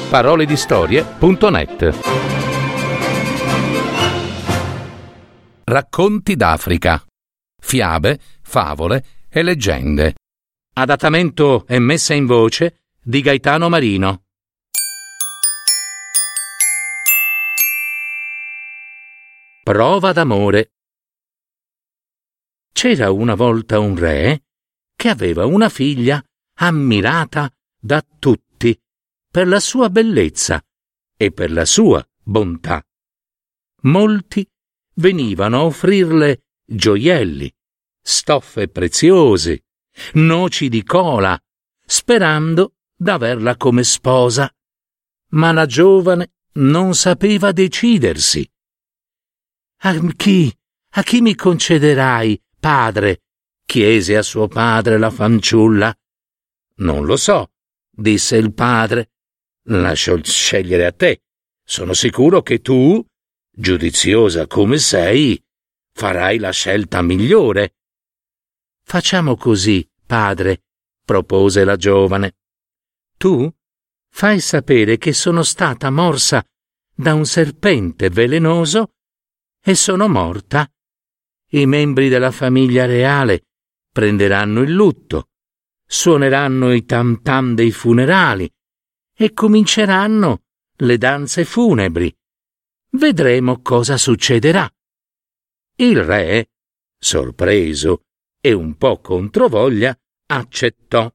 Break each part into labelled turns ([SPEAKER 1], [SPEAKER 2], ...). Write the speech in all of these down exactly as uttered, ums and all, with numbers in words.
[SPEAKER 1] parole di storie punto net. Racconti d'Africa. Fiabe, favole e leggende. Adattamento e messa in voce di Gaetano Marino. Prova d'amore. C'era una volta un re che aveva una figlia ammirata da tutti per la sua bellezza e per la sua bontà. Molti venivano a offrirle gioielli, stoffe preziose, noci di cola, sperando d'averla come sposa. Ma la giovane non sapeva decidersi. A chi, a chi mi concederai, padre? Chiese a suo padre la fanciulla. Non lo so, disse il padre. Lascio scegliere a te. Sono sicuro che tu, giudiziosa come sei, farai la scelta migliore. Facciamo così, padre, propose la giovane. Tu fai sapere che sono stata morsa da un serpente velenoso e sono morta. I membri della famiglia reale prenderanno il lutto, suoneranno i tam tam dei funerali e cominceranno le danze funebri. Vedremo cosa succederà. Il re, sorpreso e un po' controvoglia, accettò.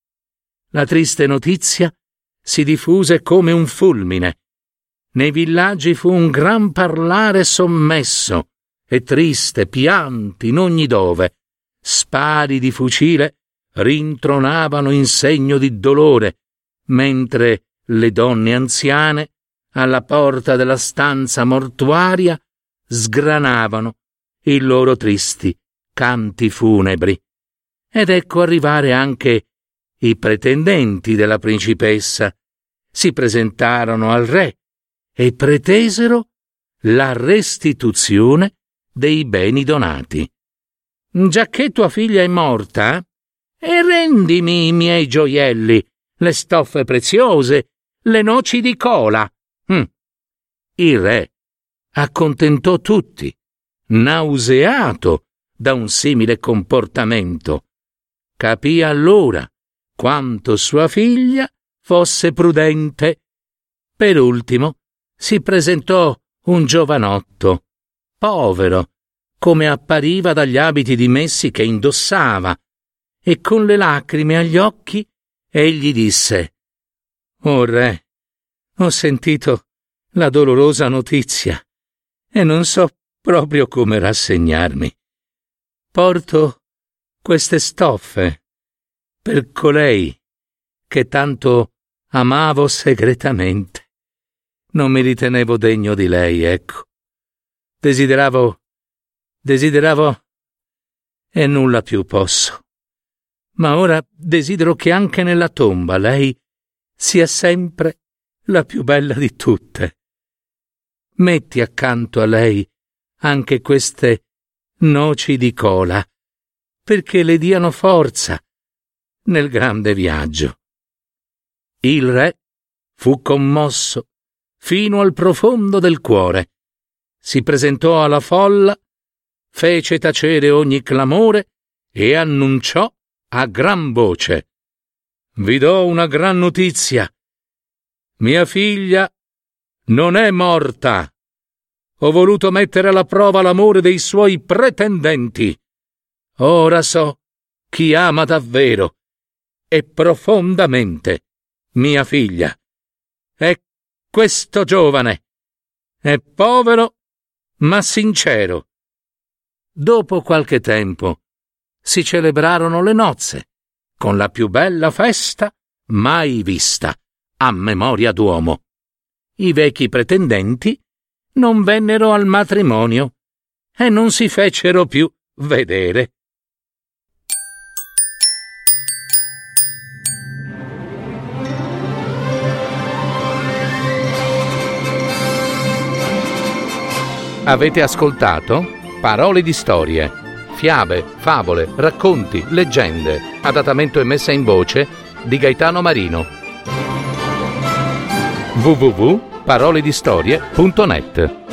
[SPEAKER 1] La triste notizia si diffuse come un fulmine. Nei villaggi fu un gran parlare sommesso e triste pianti in ogni dove. Spari di fucile rintronavano in segno di dolore, mentre le donne anziane alla porta della stanza mortuaria sgranavano i loro tristi canti funebri. Ed ecco arrivare anche i pretendenti della principessa. Si presentarono al re e pretesero la restituzione dei beni donati. Giacché tua figlia è morta, e rendimi i miei gioielli, le stoffe preziose, le noci di cola. Hm. Il re accontentò tutti, nauseato da un simile comportamento. Capì allora quanto sua figlia fosse prudente. Per ultimo si presentò un giovanotto, povero, come appariva dagli abiti dimessi che indossava, e con le lacrime agli occhi egli disse: «O re, ho sentito la dolorosa notizia e non so proprio come rassegnarmi. Porto queste stoffe per colei che tanto amavo segretamente. Non mi ritenevo degno di lei, ecco. Desideravo, desideravo e nulla più posso. Ma ora desidero che anche nella tomba lei sia sempre la più bella di tutte. Metti accanto a lei anche queste noci di cola, perché le diano forza nel grande viaggio». Il re fu commosso fino al profondo del cuore. Si presentò alla folla, fece tacere ogni clamore e annunciò a gran voce: «Vi do una gran notizia. Mia figlia non è morta. Ho voluto mettere alla prova l'amore dei suoi pretendenti. Ora so chi ama davvero e profondamente mia figlia. È questo giovane. È povero ma sincero». Dopo qualche tempo si celebrarono le nozze, con la più bella festa mai vista, a memoria d'uomo. I vecchi pretendenti non vennero al matrimonio e non si fecero più vedere. Avete ascoltato Parole di storie, fiabe, favole, racconti, leggende, adattamento e messa in voce di Gaetano Marino. w w w punto paroledistorie punto net.